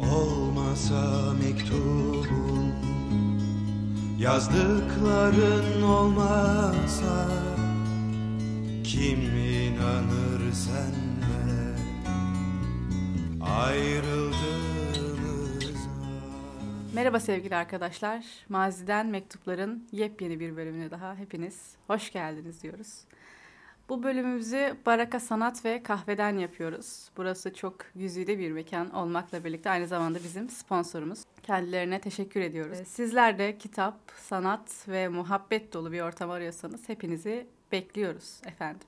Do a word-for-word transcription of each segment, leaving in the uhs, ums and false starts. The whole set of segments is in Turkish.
olmasa mektubun, yazdıkların olmasa kim inanır senle ayrıldığımıza. Merhaba sevgili arkadaşlar. Maziden Mektupların yepyeni bir bölümüne daha hepiniz hoş geldiniz diyoruz. Bu bölümümüzü Baraka Sanat ve Kahve'den yapıyoruz. Burası çok güzide bir mekan olmakla birlikte aynı zamanda bizim sponsorumuz. Kendilerine teşekkür ediyoruz. Sizler de kitap, sanat ve muhabbet dolu bir ortam arıyorsanız hepinizi bekliyoruz efendim.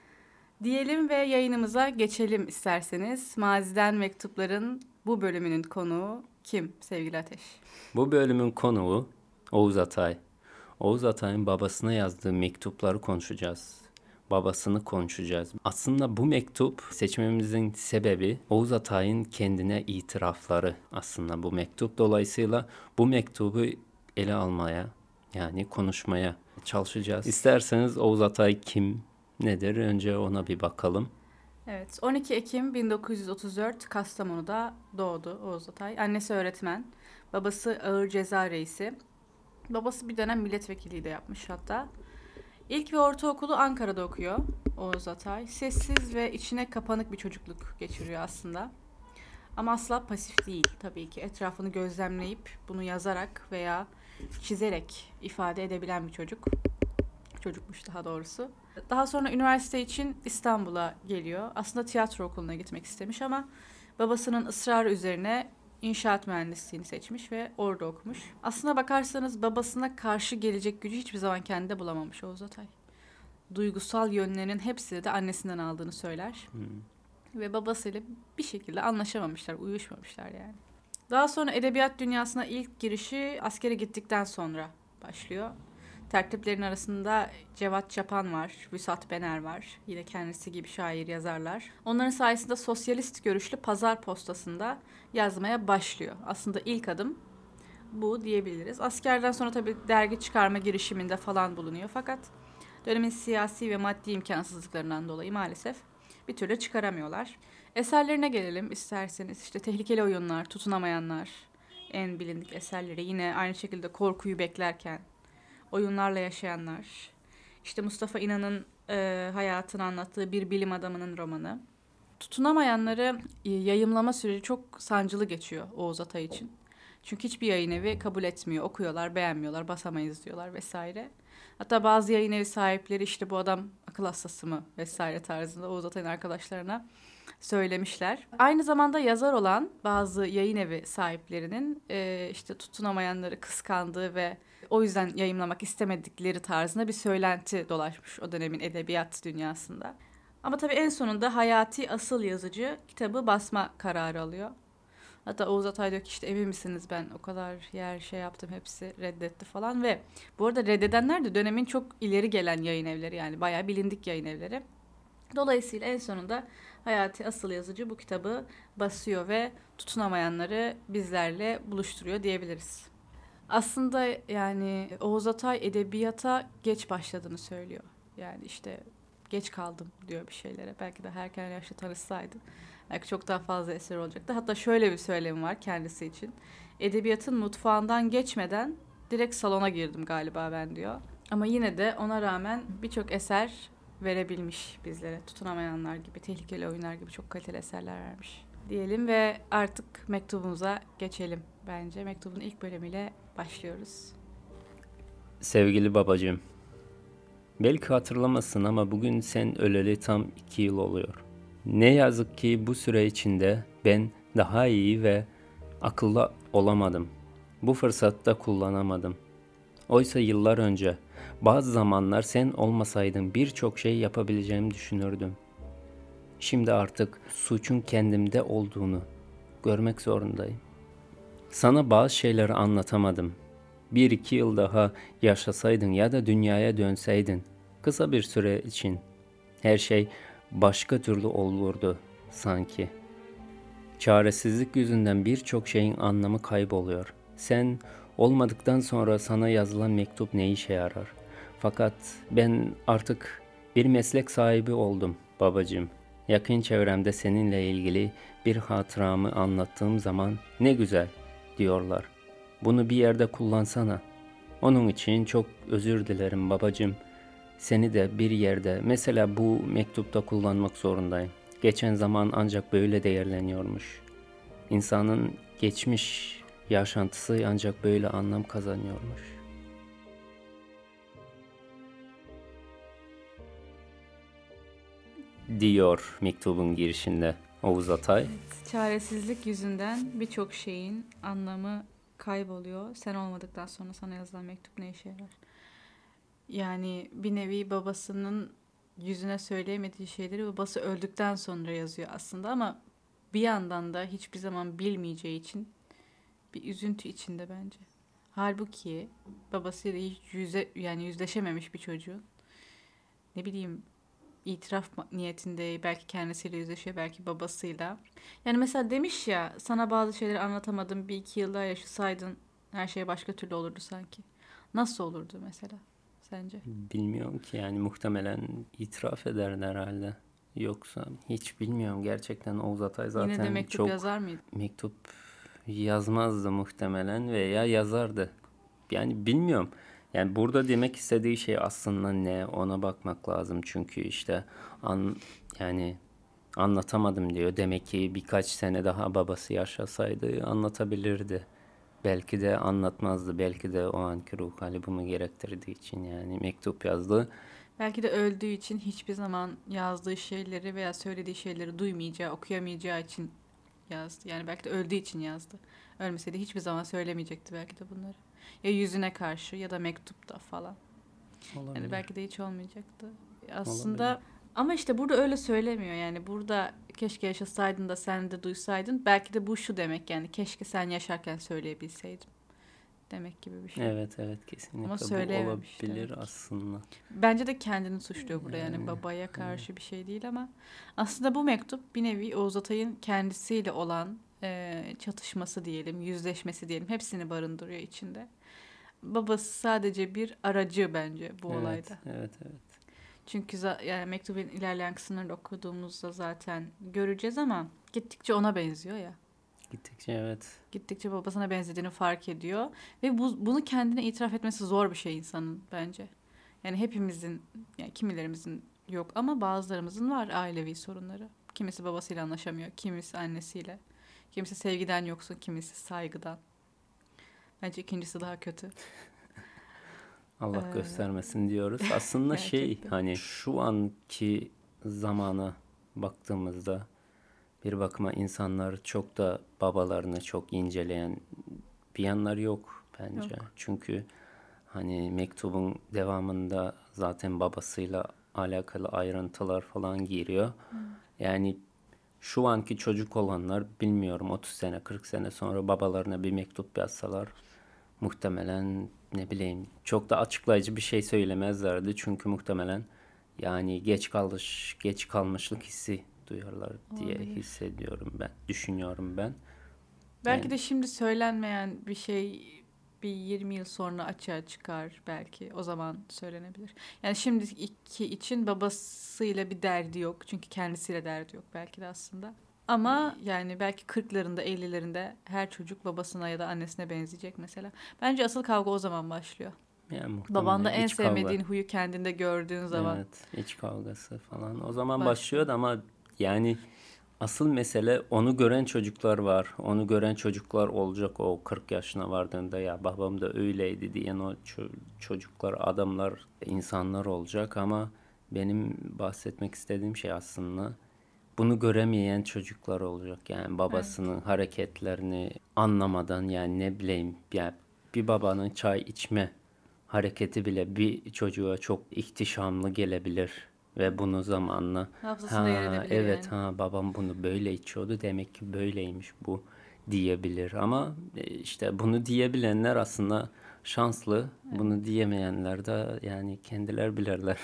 Diyelim ve yayınımıza geçelim isterseniz. Maziden Mektupların bu bölümünün konuğu kim sevgili Ateş? Bu bölümün konuğu Oğuz Atay. Oğuz Atay'ın babasına yazdığı mektupları konuşacağız. Babasını konuşacağız. Aslında bu mektup seçmemizin sebebi Oğuz Atay'ın kendine itirafları aslında bu mektup. Dolayısıyla bu mektubu ele almaya, yani konuşmaya çalışacağız. İsterseniz Oğuz Atay kim, nedir? Önce ona bir bakalım. Evet, on iki Ekim bin dokuz yüz otuz dört Kastamonu'da doğdu Oğuz Atay. Annesi öğretmen, babası ağır ceza reisi. Babası bir dönem milletvekilliği de yapmış hatta. İlk ve ortaokulu Ankara'da okuyor Oğuz Atay. Sessiz ve içine kapanık bir çocukluk geçiriyor aslında. Ama asla pasif değil tabii ki. Etrafını gözlemleyip bunu yazarak veya çizerek ifade edebilen bir çocuk. Çocukmuş daha doğrusu. Daha sonra üniversite için İstanbul'a geliyor. Aslında tiyatro okuluna gitmek istemiş ama babasının ısrarı üzerine inşaat mühendisliğini seçmiş ve orada okumuş. Aslına bakarsanız babasına karşı gelecek gücü hiçbir zaman kendinde bulamamış Oğuz Atay. Duygusal yönlerinin hepsini de annesinden aldığını söyler. Hmm. Ve babasıyla bir şekilde anlaşamamışlar, uyuşmamışlar yani. Daha sonra edebiyat dünyasına ilk girişi askere gittikten sonra başlıyor. Tertiplerin arasında Cevat Çapan var, Vüsat Bener var. Yine kendisi gibi şair yazarlar. Onların sayesinde sosyalist görüşlü Pazar Postası'nda yazmaya başlıyor. Aslında ilk adım bu diyebiliriz. Askerden sonra tabii dergi çıkarma girişiminde falan bulunuyor. Fakat dönemin siyasi ve maddi imkansızlıklarından dolayı maalesef bir türlü çıkaramıyorlar. Eserlerine gelelim isterseniz. İşte Tehlikeli Oyunlar, Tutunamayanlar en bilindik eserleri. Yine aynı şekilde Korkuyu Beklerken, Oyunlarla Yaşayanlar, işte Mustafa İnan'ın e, hayatını anlattığı Bir Bilim Adamının romanı. Tutunamayanları e, yayımlama süreci çok sancılı geçiyor Oğuz Atay için. Çünkü hiçbir yayın evi kabul etmiyor, okuyorlar, beğenmiyorlar, basamayız diyorlar vesaire. Hatta bazı yayın evi sahipleri işte bu adam akıl hastası mı vesaire tarzında Oğuz Atay'ın arkadaşlarına söylemişler. Aynı zamanda yazar olan bazı yayın evi sahiplerinin e, işte tutunamayanları kıskandığı ve o yüzden yayımlamak istemedikleri tarzında bir söylenti dolaşmış o dönemin edebiyat dünyasında. Ama tabii en sonunda Hayati asıl yazıcı kitabı basma kararı alıyor. Hatta Oğuz Atay diyor ki işte emin misiniz ben o kadar yer şey yaptım hepsi reddetti falan ve bu arada reddedenler de dönemin çok ileri gelen yayın evleri yani bayağı bilindik yayın evleri. Dolayısıyla en sonunda Hayati asıl yazıcı bu kitabı basıyor ve tutunamayanları bizlerle buluşturuyor diyebiliriz. Aslında yani Oğuz Atay edebiyata geç başladığını söylüyor. Yani işte geç kaldım diyor bir şeylere. Belki de erken yaşta tanışsaydı belki çok daha fazla eser olacaktı. Hatta şöyle bir söylemi var kendisi için. Edebiyatın mutfağından geçmeden direkt salona girdim galiba ben diyor. Ama yine de ona rağmen birçok eser verebilmiş bizlere. Tutunamayanlar gibi, Tehlikeli Oyunlar gibi çok kaliteli eserler vermiş. Diyelim ve artık mektubumuza geçelim bence. Mektubun ilk bölümüyle başlıyoruz. Sevgili babacığım, belki hatırlamazsın ama bugün sen öleli tam iki yıl oluyor. Ne yazık ki bu süre içinde ben daha iyi ve akıllı olamadım. Bu fırsatı da kullanamadım. Oysa yıllar önce bazı zamanlar sen olmasaydın birçok şey yapabileceğimi düşünürdüm. Şimdi artık suçun kendimde olduğunu görmek zorundayım. Sana bazı şeyleri anlatamadım. Bir iki yıl daha yaşasaydın ya da dünyaya dönseydin kısa bir süre için her şey başka türlü olurdu sanki. Çaresizlik yüzünden birçok şeyin anlamı kayboluyor. Sen olmadıktan sonra sana yazılan mektup ne işe yarar? Fakat ben artık bir meslek sahibi oldum babacığım. Yakın çevremde seninle ilgili bir hatıramı anlattığım zaman ne güzel diyorlar. Bunu bir yerde kullansana. Onun için çok özür dilerim babacığım. Seni de bir yerde, mesela bu mektupta kullanmak zorundayım. Geçen zaman ancak böyle değerleniyormuş. İnsanın geçmiş yaşantısı ancak böyle anlam kazanıyormuş. Diyor mektubun girişinde Oğuz Atay. Çaresizlik yüzünden birçok şeyin anlamı kayboluyor. Sen olmadıktan sonra sana yazılan mektup ne işe yarar? Yani bir nevi babasının yüzüne söyleyemediği şeyleri babası öldükten sonra yazıyor aslında ama bir yandan da hiçbir zaman bilmeyeceği için bir üzüntü içinde bence. Halbuki babasıyla hiç yüze, yani yüzleşememiş bir çocuğun ne bileyim itiraf niyetinde belki kendisiyle yüzleşiyor, belki babasıyla. Yani mesela demiş ya, sana bazı şeyleri anlatamadım, bir iki yıl daha yaşasaydın her şey başka türlü olurdu sanki. Nasıl olurdu mesela sence? Bilmiyorum ki, yani muhtemelen itiraf ederdi herhalde. Yoksa hiç bilmiyorum gerçekten. Oğuz Atay Yine de zaten mektup çok yazar mıydı? mektup yazmazdı muhtemelen veya yazardı. Yani bilmiyorum. Yani burada demek istediği şey aslında ne, ona bakmak lazım. Çünkü işte an, yani anlatamadım diyor. Demek ki birkaç sene daha babası yaşasaydı anlatabilirdi. Belki de anlatmazdı. Belki de o anki ruh hali bunu gerektirdiği için yani mektup yazdı. Belki de öldüğü için hiçbir zaman yazdığı şeyleri veya söylediği şeyleri duymayacağı, okuyamayacağı için yazdı. Yani belki de öldüğü için yazdı. Ölmeseydi hiçbir zaman söylemeyecekti belki de bunları. Ya yüzüne karşı ya da mektupta falan. Olabilir. Yani belki de hiç olmayacaktı. Aslında Olabilir. ama işte burada öyle söylemiyor. Yani burada keşke yaşasaydın da sen de duysaydın. Belki de bu şu demek, yani keşke sen yaşarken söyleyebilseydim demek gibi bir şey. Evet evet kesinlikle Ama bu söyleyememiş olabilir demek ki. aslında. Bence de kendini suçluyor burada, yani Yani, babaya karşı bir şey değil ama aslında bu mektup bir nevi Oğuz Atay'ın kendisiyle olan e, çatışması diyelim, yüzleşmesi diyelim, hepsini barındırıyor içinde. Babası sadece bir aracı bence bu Evet olayda. evet evet. Çünkü za- yani mektubun ilerleyen kısımlarını okuduğumuzda zaten göreceğiz ama gittikçe ona benziyor ya. Gittikçe evet. Gittikçe babasına benzediğini fark ediyor ve bu, bunu kendine itiraf etmesi zor bir şey insanın bence. Yani hepimizin, yani kimilerimizin yok ama bazılarımızın var ailevi sorunları. Kimisi babasıyla anlaşamıyor, kimisi annesiyle. Kimisi sevgiden yoksun, kimisi saygıdan. Bence ikincisi daha kötü. Allah Ee, göstermesin diyoruz. Aslında şey Gerçekten. hani şu anki zamana baktığımızda bir bakıma insanlar çok da babalarını çok inceleyen bir yanlar yok bence. Yok. Çünkü hani mektubun devamında zaten babasıyla alakalı ayrıntılar falan giriyor. Yani şu anki çocuk olanlar bilmiyorum otuz sene kırk sene sonra babalarına bir mektup yazsalar muhtemelen ne bileyim çok da açıklayıcı bir şey söylemezlerdi. Çünkü muhtemelen yani geç kalmış, geç kalmışlık hissi duyarlar diye Olabilir. hissediyorum ben, düşünüyorum ben. Belki Yani de şimdi söylenmeyen bir şey bir yirmi yıl sonra açığa çıkar belki. O zaman söylenebilir. Yani şimdiki için babasıyla bir derdi yok. Çünkü kendisiyle derdi yok belki de aslında. Ama yani belki kırklarında, ellilerinde her çocuk babasına ya da annesine benzeyecek mesela. Bence asıl kavga o zaman başlıyor. yani Babanda muhtemelen en iç kavga. sevmediğin huyu kendinde gördüğün zaman Evet, iç kavgası falan. O zaman başlıyor. başlıyordu ama yani asıl mesele onu gören çocuklar var. Onu gören çocuklar olacak o kırk yaşına vardığında ya babam da öyleydi diyen o ço- çocuklar, adamlar, insanlar olacak ama benim bahsetmek istediğim şey aslında bunu göremeyen çocuklar olacak. Yani Evet. babasının hareketlerini anlamadan yani ne bileyim ya bir babanın çay içme hareketi bile bir çocuğa çok ihtişamlı gelebilir ve bunu zamanla Hafızasında yer ha edebilir evet yani. ha babam bunu böyle içiyordu demek ki böyleymiş bu diyebilir ama e, işte bunu diyebilenler aslında şanslı, bunu diyemeyenler de yani kendiler bilirler.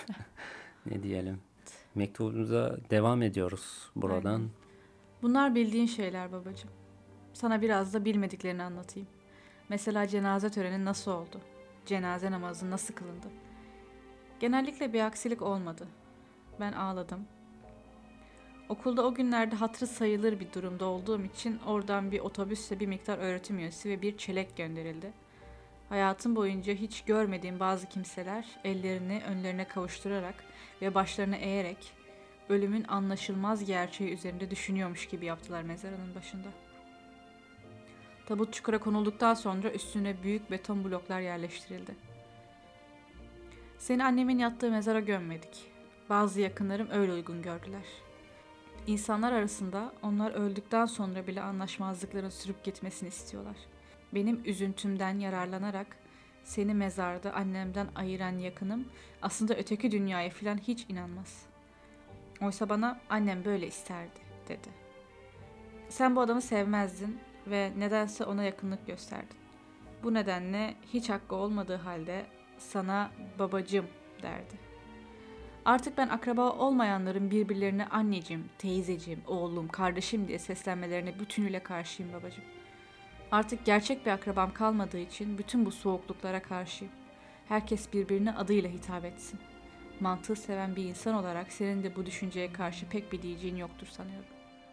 Ne diyelim. Mektubumuza devam ediyoruz buradan. Aynen. Bunlar bildiğin şeyler babacığım. Sana biraz da bilmediklerini anlatayım. Mesela cenaze töreni nasıl oldu? Cenaze namazı nasıl kılındı? Genellikle bir aksilik olmadı. Ben ağladım. Okulda o günlerde hatırı sayılır bir durumda olduğum için oradan bir otobüsle bir miktar öğretim üyesi ve bir çelek gönderildi. Hayatım boyunca hiç görmediğim bazı kimseler ellerini önlerine kavuşturarak ve başlarını eğerek ölümün anlaşılmaz gerçeği üzerinde düşünüyormuş gibi yaptılar mezarının başında. Tabut çukura konulduktan sonra üstüne büyük beton bloklar yerleştirildi. Seni annemin yattığı mezara gömmedik. Bazı yakınlarım öyle uygun gördüler. İnsanlar arasında onlar öldükten sonra bile anlaşmazlıkların sürüp gitmesini istiyorlar. Benim üzüntümden yararlanarak seni mezarda annemden ayıran yakınım aslında öteki dünyaya filan hiç inanmaz. Oysa bana annem böyle isterdi dedi. Sen bu adamı sevmezdin ve nedense ona yakınlık gösterdin. Bu nedenle hiç hakkı olmadığı halde sana babacım derdi. Artık ben akraba olmayanların birbirlerine anneciğim, teyzeciğim, oğlum, kardeşim diye seslenmelerine bütünüyle karşıyım babacığım. Artık gerçek bir akrabam kalmadığı için bütün bu soğukluklara karşıyım. Herkes birbirine adıyla hitap etsin. Mantığı seven bir insan olarak senin de bu düşünceye karşı pek bir diyeceğin yoktur sanıyorum.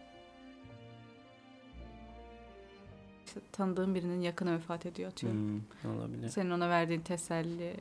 İşte tanıdığım birinin yakını vefat ediyor atıyorum. Hmm, olabilir. Senin ona verdiğin teselli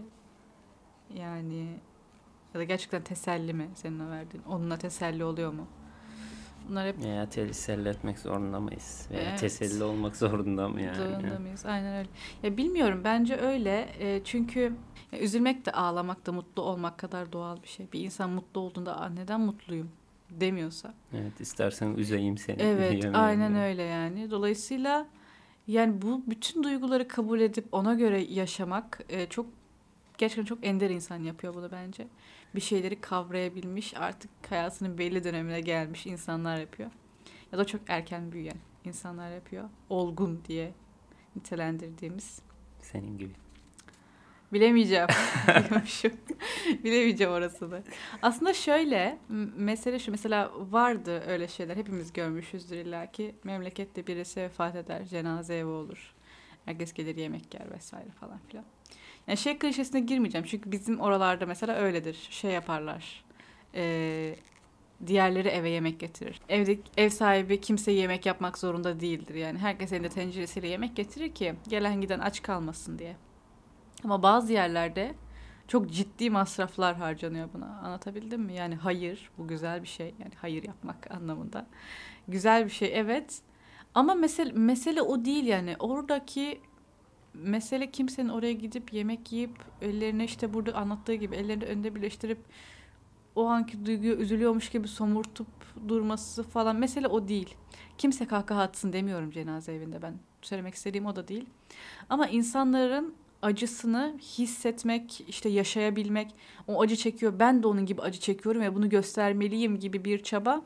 yani ya da gerçekten teselli mi senin ona verdiğin? Onunla teselli oluyor mu? Bunlar hep Veya teselli etmek zorunda mıyız? Veya Evet. teselli olmak zorunda mı yani? zorunda mıyız? Aynen öyle. Ya bilmiyorum bence öyle. E, çünkü ya üzülmek de ağlamak da mutlu olmak kadar doğal bir şey. Bir insan mutlu olduğunda "Aa, neden mutluyum demiyorsa. Evet, istersen üzeyim seni. Evet, diyemiyorum aynen yani. öyle yani. Dolayısıyla yani bu bütün duyguları kabul edip ona göre yaşamak e, çok gerçekten çok ender insan yapıyor bunu bence. Bir şeyleri kavrayabilmiş, artık hayatının belli dönemine gelmiş insanlar yapıyor. Ya da çok erken büyüyen insanlar yapıyor. Olgun diye nitelendirdiğimiz. Senin gibi. Bilemeyeceğim diyormuşum. Bilemeyeceğim orasını. Aslında şöyle, m- mesele şu, mesela vardı öyle şeyler, hepimiz görmüşüzdür illaki. Memlekette birisi vefat eder, cenaze evi olur. Herkes gelir yemek yer vesaire falan filan. Yani şey klişesine girmeyeceğim çünkü bizim oralarda mesela öyledir. Şey yaparlar. Ee, diğerleri eve yemek getirir. Evde ev sahibi kimseye yemek yapmak zorunda değildir. Yani herkes elinde tenceresiyle yemek getirir ki gelen giden aç kalmasın diye. Ama bazı yerlerde çok ciddi masraflar harcanıyor buna. Anlatabildim mi? Yani hayır, bu güzel bir şey. Yani hayır yapmak anlamında. Güzel bir şey, evet. Ama mesele, mesele o değil yani. Oradaki mesele kimsenin oraya gidip yemek yiyip ellerini işte burada anlattığı gibi ellerini önde birleştirip o anki duyguya üzülüyormuş gibi somurtup durması falan. Mesele o değil. Kimse kahkaha atsın demiyorum cenaze evinde ben. Söylemek istediğim o da değil. Ama insanların acısını hissetmek, işte yaşayabilmek, o acı çekiyor, ben de onun gibi acı çekiyorum ve bunu göstermeliyim gibi bir çaba.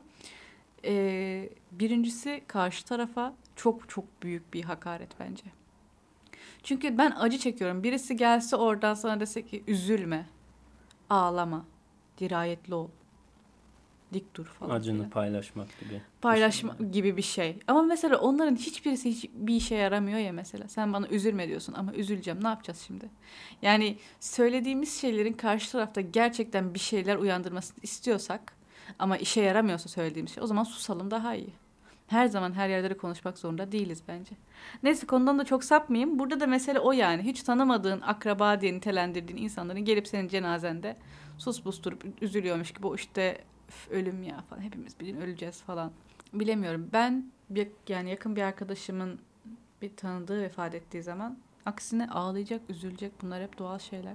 Ee, birincisi karşı tarafa çok çok büyük bir hakaret bence. Çünkü ben acı çekiyorum. Birisi gelse oradan sana dese ki üzülme, ağlama, dirayetli ol, dik dur falan Acını filan. paylaşmak gibi. Paylaşma bir şey. gibi bir şey. Ama mesela onların hiçbirisi hiç bir işe yaramıyor ya mesela. Sen bana üzülme diyorsun ama üzüleceğim. Ne yapacağız şimdi? Yani söylediğimiz şeylerin karşı tarafta gerçekten bir şeyler uyandırmasını istiyorsak ama işe yaramıyorsa söylediğimiz şey, o zaman susalım daha iyi. Her zaman her yerde de konuşmak zorunda değiliz bence. Neyse, konudan da çok sapmayayım. Burada da mesele o yani. Hiç tanımadığın, akraba diye nitelendirdiğin insanların gelip senin cenazende sus bus durup üzülüyormuş gibi, o işte "Üf, ölüm ya falan, hepimiz bir gün öleceğiz" falan. Bilemiyorum. Ben bir, yani yakın bir arkadaşımın bir tanıdığı vefat ettiği zaman aksine ağlayacak, üzülecek. Bunlar hep doğal şeyler.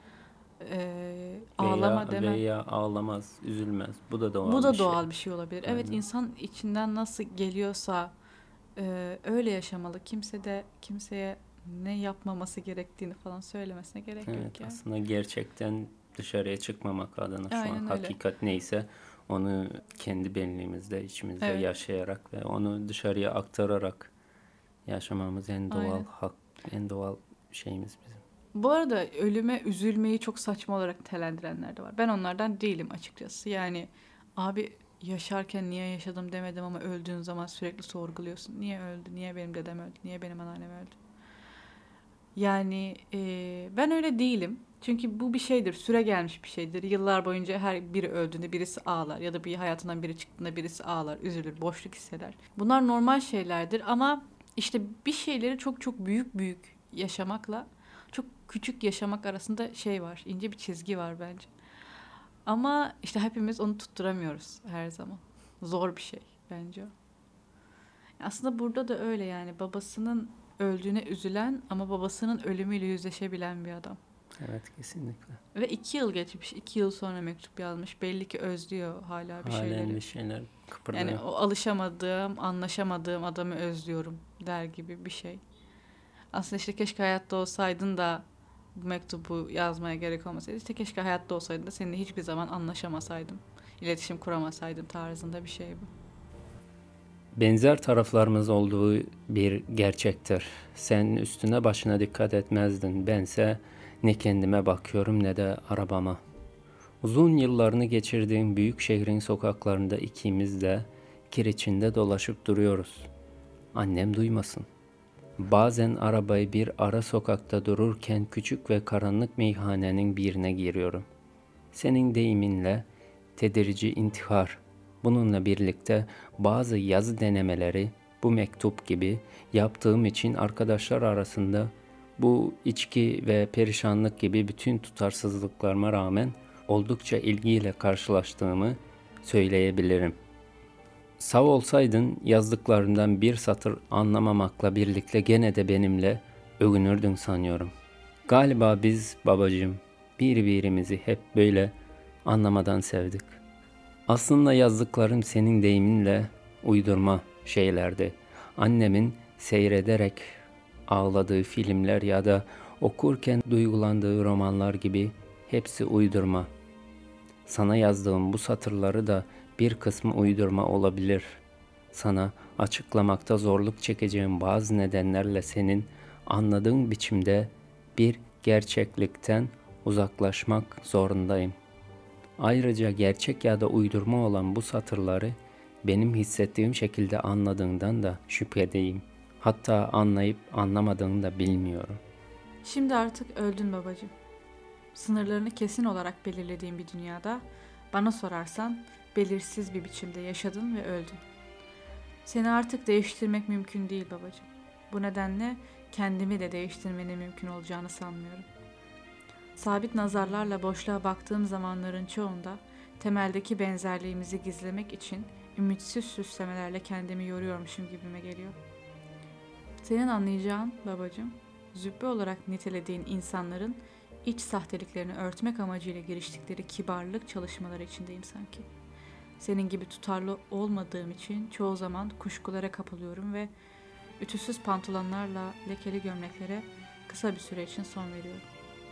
Ee, ağlama Veya, demem. veya ağlamaz, üzülmez. Bu da doğal Bu da bir şey. doğal bir şey olabilir. Evet, Aynen. insan içinden nasıl geliyorsa e, öyle yaşamalı. Kimse de kimseye ne yapmaması gerektiğini falan söylemesine gerek Evet, yok ya. aslında gerçekten dışarıya çıkmamak adına şu Aynen an öyle. hakikat neyse onu kendi benliğimizde, içimizde Evet. yaşayarak ve onu dışarıya aktararak yaşamamız en doğal Aynen. hak, en doğal şeyimiz bizim. Bu arada ölüme üzülmeyi çok saçma olarak nitelendirenler de var. Ben onlardan değilim açıkçası. Yani abi yaşarken niye yaşadım demedim ama öldüğün zaman sürekli sorguluyorsun. Niye öldü? Niye benim dedem öldü? Niye benim anneannem öldü? Yani e, ben öyle değilim. Çünkü bu bir şeydir, süre gelmiş bir şeydir. Yıllar boyunca her biri öldüğünde birisi ağlar ya da bir hayatından biri çıktığında birisi ağlar, üzülür, boşluk hisseder. Bunlar normal şeylerdir ama işte bir şeyleri çok çok büyük büyük yaşamakla çok küçük yaşamak arasında şey var, ince bir çizgi var bence. Ama işte hepimiz onu tutturamıyoruz her zaman. Zor bir şey bence o. Aslında burada da öyle yani babasının öldüğüne üzülen ama babasının ölümüyle yüzleşebilen bir adam. Evet, kesinlikle. Ve iki yıl geçmiş, iki yıl sonra mektup yazmış. Belli ki özlüyor hala bir Halen şeyleri. bir şeyler kıpırdıyor. Yani o alışamadığım, anlaşamadığım adamı özlüyorum der gibi bir şey. Aslında işte keşke hayatta olsaydın da bu mektubu yazmaya gerek olmasaydı. İşte keşke hayatta olsaydın da seninle hiçbir zaman anlaşamasaydım. İletişim kuramasaydım tarzında bir şey bu. Benzer taraflarımız olduğu bir gerçektir. Sen üstüne başına dikkat etmezdin. Bense ne kendime bakıyorum ne de arabama. Uzun yıllarını geçirdiğim büyük şehrin sokaklarında ikimiz de kir içinde dolaşıp duruyoruz. Annem duymasın. Bazen arabayı bir ara sokakta dururken küçük ve karanlık meyhanenin birine giriyorum. Senin deyiminle tedirici intihar. Bununla birlikte bazı yazı denemeleri bu mektup gibi yaptığım için arkadaşlar arasında bu içki ve perişanlık gibi bütün tutarsızlıklarıma rağmen oldukça ilgiyle karşılaştığımı söyleyebilirim. Sağ olsaydın yazdıklarımdan bir satır anlamamakla birlikte gene de benimle övünürdün sanıyorum. Galiba biz babacığım birbirimizi hep böyle anlamadan sevdik. Aslında yazdıklarım senin deyiminle uydurma şeylerdi. Annemin seyrederek ağladığı filmler ya da okurken duygulandığı romanlar gibi hepsi uydurma. Sana yazdığım bu satırları da bir kısmı uydurma olabilir. Sana açıklamakta zorluk çekeceğim bazı nedenlerle senin anladığın biçimde bir gerçeklikten uzaklaşmak zorundayım. Ayrıca gerçek ya da uydurma olan bu satırları benim hissettiğim şekilde anladığından da şüphedeyim. Hatta anlayıp anlamadığını da bilmiyorum. Şimdi artık öldün babacığım. Sınırlarını kesin olarak belirlediğim bir dünyada bana sorarsan belirsiz bir biçimde yaşadın ve öldün. Seni artık değiştirmek mümkün değil babacığım. Bu nedenle kendimi de değiştirmenin mümkün olacağını sanmıyorum. Sabit nazarlarla boşluğa baktığım zamanların çoğunda temeldeki benzerliğimizi gizlemek için ümitsiz süslemelerle kendimi yoruyormuşum gibime geliyor. Senin anlayacağın babacığım, züppe olarak nitelediğin insanların iç sahteliklerini örtmek amacıyla giriştikleri kibarlık çalışmaları içindeyim sanki. Senin gibi tutarlı olmadığım için çoğu zaman kuşkulara kapılıyorum ve ütüsüz pantolonlarla lekeli gömleklere kısa bir süre için son veriyorum.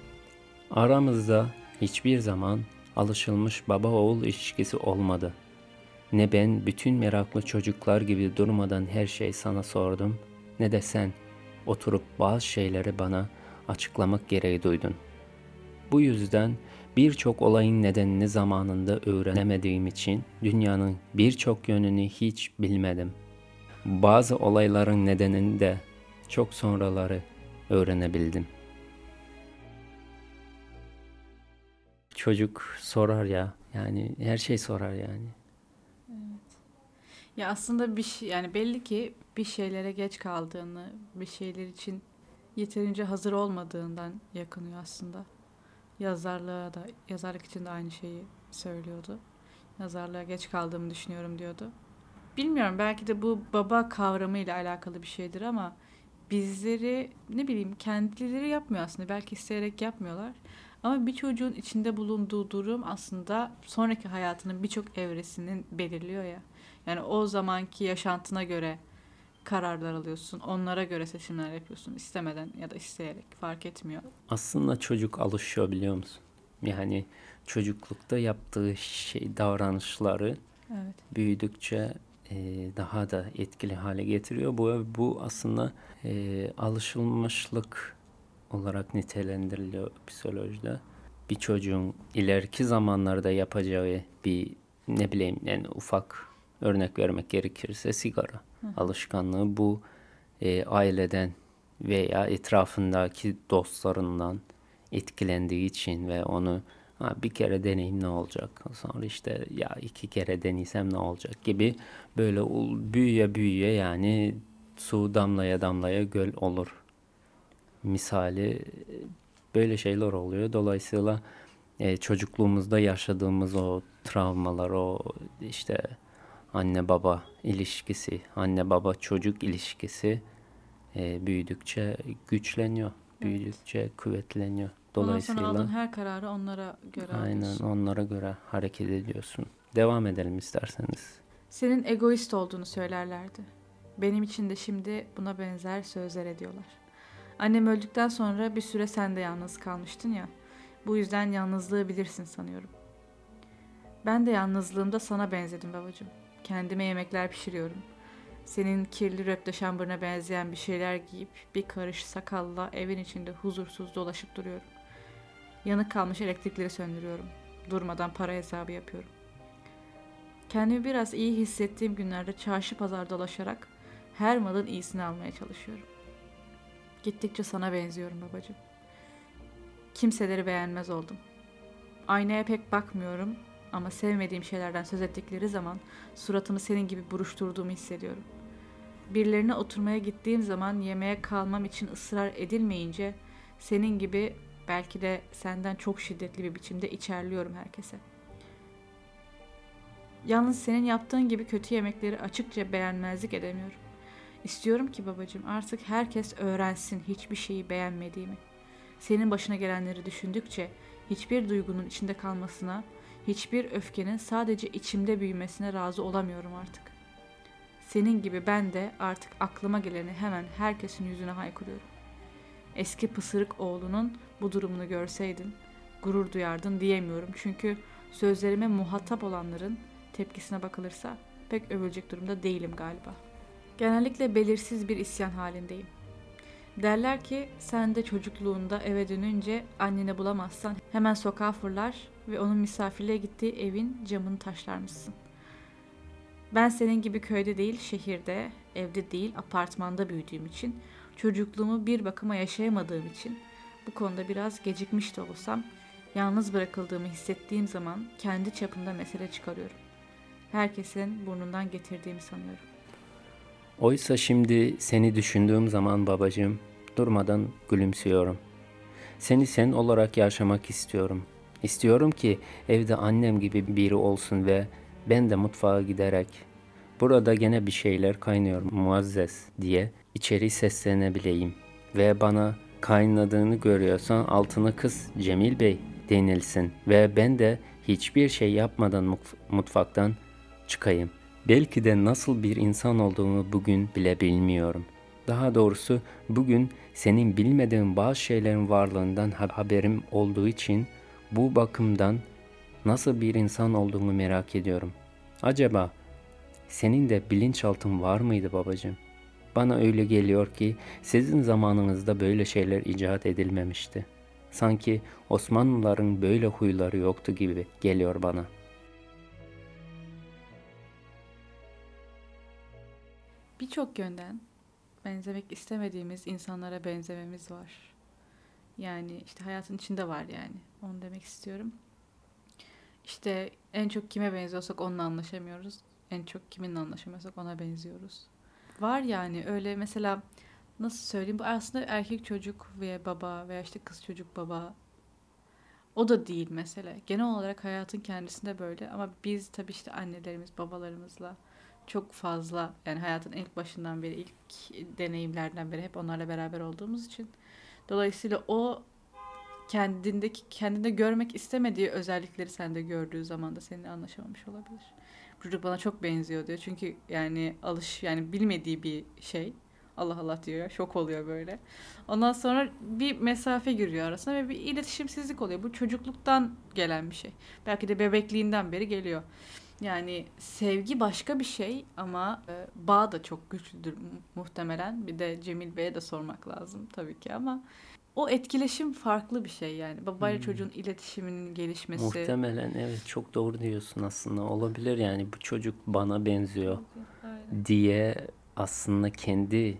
Aramızda hiçbir zaman alışılmış baba-oğul ilişkisi olmadı. Ne ben bütün meraklı çocuklar gibi durmadan her şeyi sana sordum, ne de sen oturup bazı şeyleri bana açıklamak gereği duydun. Bu yüzden birçok olayın nedenini zamanında öğrenemediğim için dünyanın birçok yönünü hiç bilmedim. Bazı olayların nedenini de çok sonraları öğrenebildim. Çocuk sorar ya, yani her şey sorar yani. Ya aslında bir şey, yani belli ki bir şeylere geç kaldığını, bir şeyler için yeterince hazır olmadığından yakınıyor aslında. Yazarlığa da, yazarlık için de aynı şeyi söylüyordu. Yazarlığa geç kaldığımı düşünüyorum diyordu. Bilmiyorum, belki de bu baba kavramıyla alakalı bir şeydir ama bizleri ne bileyim kendileri yapmıyor aslında. Belki isteyerek yapmıyorlar. Ama bir çocuğun içinde bulunduğu durum aslında sonraki hayatının birçok evresinin belirliyor ya. Yani o zamanki yaşantına göre kararlar alıyorsun. Onlara göre seçimler yapıyorsun. İstemeden ya da isteyerek fark etmiyor. Aslında çocuk alışıyor, biliyor musun? Yani çocuklukta yaptığı şey, davranışları Evet. büyüdükçe e, daha da etkili hale getiriyor. Bu bu aslında e, alışılmışlık olarak nitelendiriliyor psikolojide. Bir çocuğun ileriki zamanlarda yapacağı bir, ne bileyim, yani ufak örnek vermek gerekirse sigara alışkanlığı bu e, aileden veya etrafındaki dostlarından etkilendiği için ve onu ha, bir kere deneyim ne olacak? Sonra işte ya iki kere deneysem ne olacak gibi böyle büyüye büyüye yani su damlaya damlaya göl olur. Misali böyle şeyler oluyor. Dolayısıyla e, çocukluğumuzda yaşadığımız o travmalar, o işte anne baba ilişkisi, anne baba çocuk ilişkisi e, büyüdükçe güçleniyor, büyüdükçe kuvvetleniyor. Ondan sonra aldığın Dolayısıyla her kararı onlara göre aynen alıyorsun. onlara göre hareket ediyorsun. Devam edelim isterseniz. Senin egoist olduğunu söylerlerdi. Benim için de şimdi buna benzer sözler ediyorlar. Annem öldükten sonra bir süre sen de yalnız kalmıştın ya. Bu yüzden yalnızlığı bilirsin sanıyorum. Ben de yalnızlığımda sana benzedim babacığım. Kendime yemekler pişiriyorum. Senin kirli röpteşambırına benzeyen bir şeyler giyip bir karış sakalla evin içinde huzursuz dolaşıp duruyorum. Yanık kalmış elektrikleri söndürüyorum. Durmadan para hesabı yapıyorum. Kendimi biraz iyi hissettiğim günlerde çarşı pazar dolaşarak her malın iyisini almaya çalışıyorum. Gittikçe sana benziyorum babacığım. Kimseleri beğenmez oldum. Aynaya pek bakmıyorum ama sevmediğim şeylerden söz ettikleri zaman suratımı senin gibi buruşturduğumu hissediyorum. Birilerine oturmaya gittiğim zaman yemeğe kalmam için ısrar edilmeyince senin gibi belki de senden çok şiddetli bir biçimde içerliyorum herkese. Yalnız senin yaptığın gibi kötü yemekleri açıkça beğenmezlik edemiyorum. İstiyorum ki babacığım artık herkes öğrensin hiçbir şeyi beğenmediğimi. Senin başına gelenleri düşündükçe hiçbir duygunun içinde kalmasına, hiçbir öfkenin sadece içimde büyümesine razı olamıyorum artık. Senin gibi ben de artık aklıma geleni hemen herkesin yüzüne haykırıyorum. Eski pısırık oğlunun bu durumunu görseydin, gurur duyardın diyemiyorum. Çünkü sözlerime muhatap olanların tepkisine bakılırsa pek övülecek durumda değilim galiba. Genellikle belirsiz bir isyan halindeyim. Derler ki sen de çocukluğunda eve dönünce anneni bulamazsan hemen sokağa fırlar ve onun misafirliğe gittiği evin camını taşlarmışsın. Ben senin gibi köyde değil, şehirde, evde değil, apartmanda büyüdüğüm için, çocukluğumu bir bakıma yaşayamadığım için bu konuda biraz gecikmiş de olsam, yalnız bırakıldığımı hissettiğim zaman kendi çapımda mesele çıkarıyorum. Herkesin burnundan getirdiğimi sanıyorum. Oysa şimdi seni düşündüğüm zaman babacığım durmadan gülümsüyorum. Seni sen olarak yaşamak istiyorum. İstiyorum ki evde annem gibi biri olsun ve ben de mutfağa giderek burada gene bir şeyler kaynıyor Muazzez diye içeri seslenebileyim ve bana kaynadığını görüyorsan altını kıs Cemil Bey denilsin ve ben de hiçbir şey yapmadan mutfaktan çıkayım. Belki de nasıl bir insan olduğumu bugün bile bilmiyorum. Daha doğrusu bugün senin bilmediğin bazı şeylerin varlığından haberim olduğu için bu bakımdan nasıl bir insan olduğumu merak ediyorum. Acaba senin de bilinçaltın var mıydı babacığım? Bana öyle geliyor ki sizin zamanınızda böyle şeyler icat edilmemişti. Sanki Osmanlıların böyle huyları yoktu gibi geliyor bana. Birçok yönden benzemek istemediğimiz insanlara benzememiz var. Yani işte hayatın içinde var yani. Onu demek istiyorum. İşte en çok kime benziyorsak onunla anlaşamıyoruz. En çok kiminle anlaşamıyorsak ona benziyoruz. Var yani öyle mesela nasıl söyleyeyim bu aslında erkek çocuk veya baba veya işte kız çocuk baba o da değil mesela. Genel olarak hayatın kendisinde böyle ama biz tabii işte annelerimiz babalarımızla çok fazla yani hayatın ilk başından beri ilk deneyimlerden beri hep onlarla beraber olduğumuz için dolayısıyla o kendindeki kendinde görmek istemediği özellikleri sende gördüğü zaman da seninle anlaşamamış olabilir. Çocuk bana çok benziyor diyor. Çünkü yani alış yani bilmediği bir şey. Allah Allah diyor. Şok oluyor böyle. Ondan sonra bir mesafe giriyor arasına ve bir iletişimsizlik oluyor. Bu çocukluktan gelen bir şey. Belki de bebekliğinden beri geliyor. Yani sevgi başka bir şey ama e, bağ da çok güçlüdür muhtemelen. Bir de Cemil Bey'e de sormak lazım tabii ki ama o etkileşim farklı bir şey yani. Babayla Hmm. çocuğun iletişiminin gelişmesi. Muhtemelen evet çok doğru diyorsun aslında. Olabilir yani bu çocuk bana benziyor Aynen. diye aslında kendi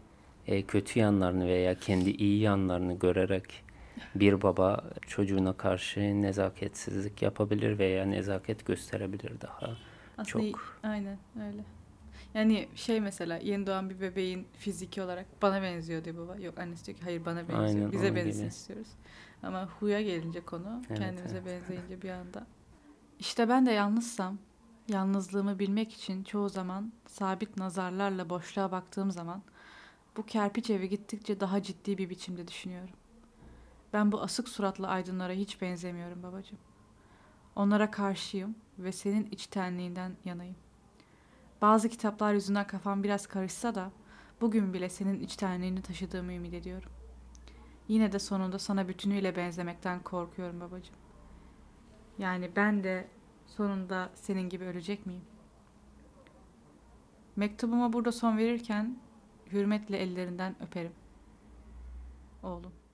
e, kötü yanlarını veya kendi iyi yanlarını görerek bir baba çocuğuna karşı nezaketsizlik yapabilir veya nezaket gösterebilir daha Aslında iyi- çok. aynen öyle. Yani şey mesela yeni doğan bir bebeğin fiziki olarak bana benziyor diyor baba. Yok annesi diyor ki hayır bana benziyor. Aynen Bize onun benzesin gibi. istiyoruz. Ama huya gelince konu Evet, kendimize evet, benzeyince bir anda. İşte ben de yalnızsam yalnızlığımı bilmek için çoğu zaman sabit nazarlarla boşluğa baktığım zaman bu kerpiç evi gittikçe daha ciddi bir biçimde düşünüyorum. Ben bu asık suratlı aydınlara hiç benzemiyorum babacığım. Onlara karşıyım ve senin içtenliğinden yanayım. Bazı kitaplar yüzünden kafam biraz karışsa da bugün bile senin içtenliğini taşıdığımı ümit ediyorum. Yine de sonunda sana bütünüyle benzemekten korkuyorum babacığım. Yani ben de sonunda senin gibi ölecek miyim? Mektubuma burada son verirken hürmetle ellerinden öperim. Oğlum.